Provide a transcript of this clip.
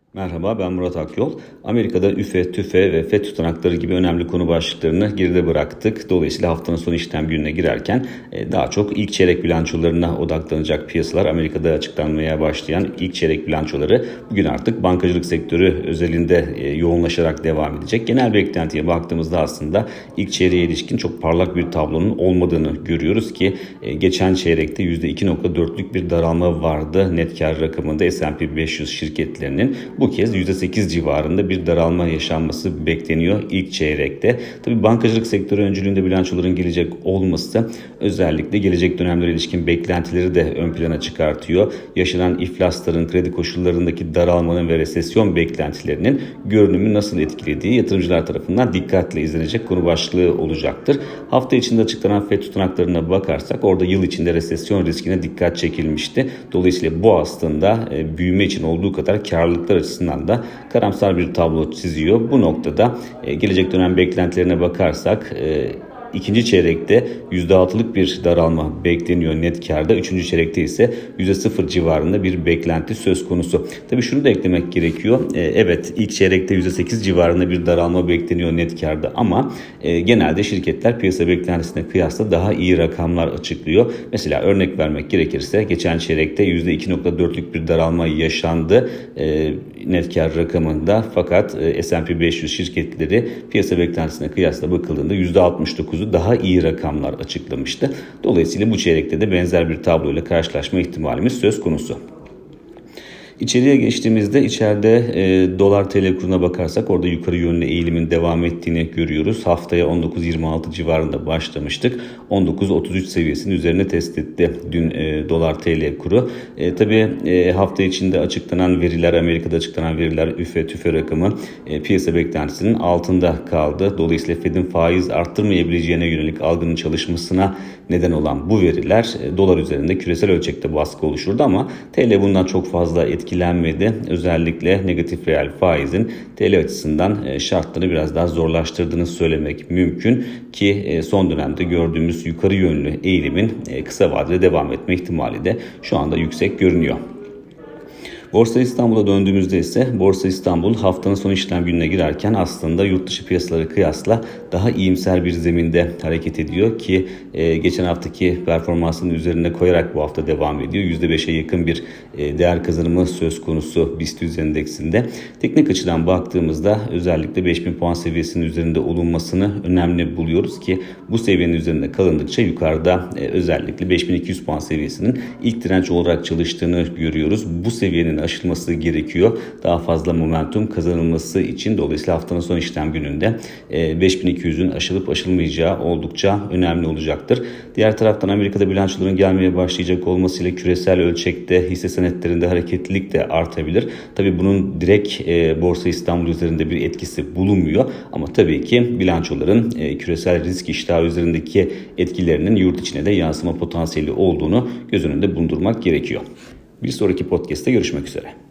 Merhaba, ben Murat Akyol. Amerika'da üfe, tüfe ve FED tutanakları gibi önemli konu başlıklarını geride bıraktık. Dolayısıyla haftanın son işlem gününe girerken daha çok ilk çeyrek bilançolarına odaklanacak piyasalar. Amerika'da açıklanmaya başlayan ilk çeyrek bilançoları bugün artık bankacılık sektörü özelinde yoğunlaşarak devam edecek. Genel beklentiye baktığımızda aslında ilk çeyreğe ilişkin çok parlak bir tablonun olmadığını görüyoruz ki geçen çeyrekte %2.4'lük bir daralma vardı net kar rakamında S&P 500 şirketlerinin. Bu kez %8 civarında bir daralma yaşanması bekleniyor ilk çeyrekte. Tabii bankacılık sektörü öncülüğünde bilançoların gelecek olması özellikle gelecek dönemlere ilişkin beklentileri de ön plana çıkartıyor. Yaşanan iflasların, kredi koşullarındaki daralmanın ve resesyon beklentilerinin görünümü nasıl etkilediği yatırımcılar tarafından dikkatle izlenecek konu başlığı olacaktır. Hafta içinde açıklanan FED tutanaklarına bakarsak orada yıl içinde resesyon riskine dikkat çekilmişti. Dolayısıyla bu aslında büyüme için olduğu kadar karlılıklar açısından da karamsar bir tablo çiziyor. Bu noktada gelecek dönem beklentilerine bakarsak İkinci çeyrekte %6'lık bir daralma bekleniyor net karda. Üçüncü çeyrekte ise %0 civarında bir beklenti söz konusu. Tabii şunu da eklemek gerekiyor. Evet, ilk çeyrekte %8 civarında bir daralma bekleniyor net karda ama genelde şirketler piyasa beklentisine kıyasla daha iyi rakamlar açıklıyor. Mesela örnek vermek gerekirse geçen çeyrekte %2.4'lük bir daralma yaşandı net kar rakamında, fakat S&P 500 şirketleri piyasa beklentisine kıyasla bakıldığında %69'u daha iyi rakamlar açıklamıştı. Dolayısıyla bu çeyrekte de benzer bir tabloyla karşılaşma ihtimalimiz söz konusu. İçeriye geçtiğimizde içeride dolar TL kuruna bakarsak orada yukarı yönlü eğilimin devam ettiğini görüyoruz. Haftaya 19.26 civarında başlamıştık. 19.33 seviyesinin üzerine test etti dün dolar TL kuru. Tabii hafta içinde açıklanan veriler, Amerika'da açıklanan veriler, üfe tüfe rakamı piyasa beklentisinin altında kaldı. Dolayısıyla Fed'in faiz arttırmayabileceğine yönelik algının çalışmasına neden olan bu veriler dolar üzerinde küresel ölçekte baskı oluşturdu ama TL bundan çok fazla etkilenmedi. Özellikle negatif reel faizin TL açısından şartları biraz daha zorlaştırdığını söylemek mümkün ki son dönemde gördüğümüz yukarı yönlü eğilimin kısa vadede devam etme ihtimali de şu anda yüksek görünüyor. Borsa İstanbul'a döndüğümüzde ise Borsa İstanbul haftanın son işlem gününe girerken aslında yurt dışı piyasaları kıyasla daha iyimser bir zeminde hareket ediyor ki geçen haftaki performansının üzerine koyarak bu hafta devam ediyor. %5'e yakın bir değer kazanımı söz konusu BIST 100 endeksinde. Teknik açıdan baktığımızda özellikle 5000 puan seviyesinin üzerinde olunmasını önemli buluyoruz ki bu seviyenin üzerinde kalındıkça yukarıda özellikle 5200 puan seviyesinin ilk direnç olarak çalıştığını görüyoruz. Bu seviyenin aşılması gerekiyor daha fazla momentum kazanılması için. Dolayısıyla haftanın son işlem gününde 5200'ün aşılıp aşılmayacağı oldukça önemli olacaktır. Diğer taraftan Amerika'da bilançoların gelmeye başlayacak olmasıyla küresel ölçekte hisse senetlerinde hareketlilik de artabilir. Tabii bunun direkt Borsa İstanbul üzerinde bir etkisi bulunmuyor ama tabii ki bilançoların küresel risk iştahı üzerindeki etkilerinin yurt içine de yansıma potansiyeli olduğunu göz önünde bulundurmak gerekiyor. Bir sonraki podcast'te görüşmek üzere.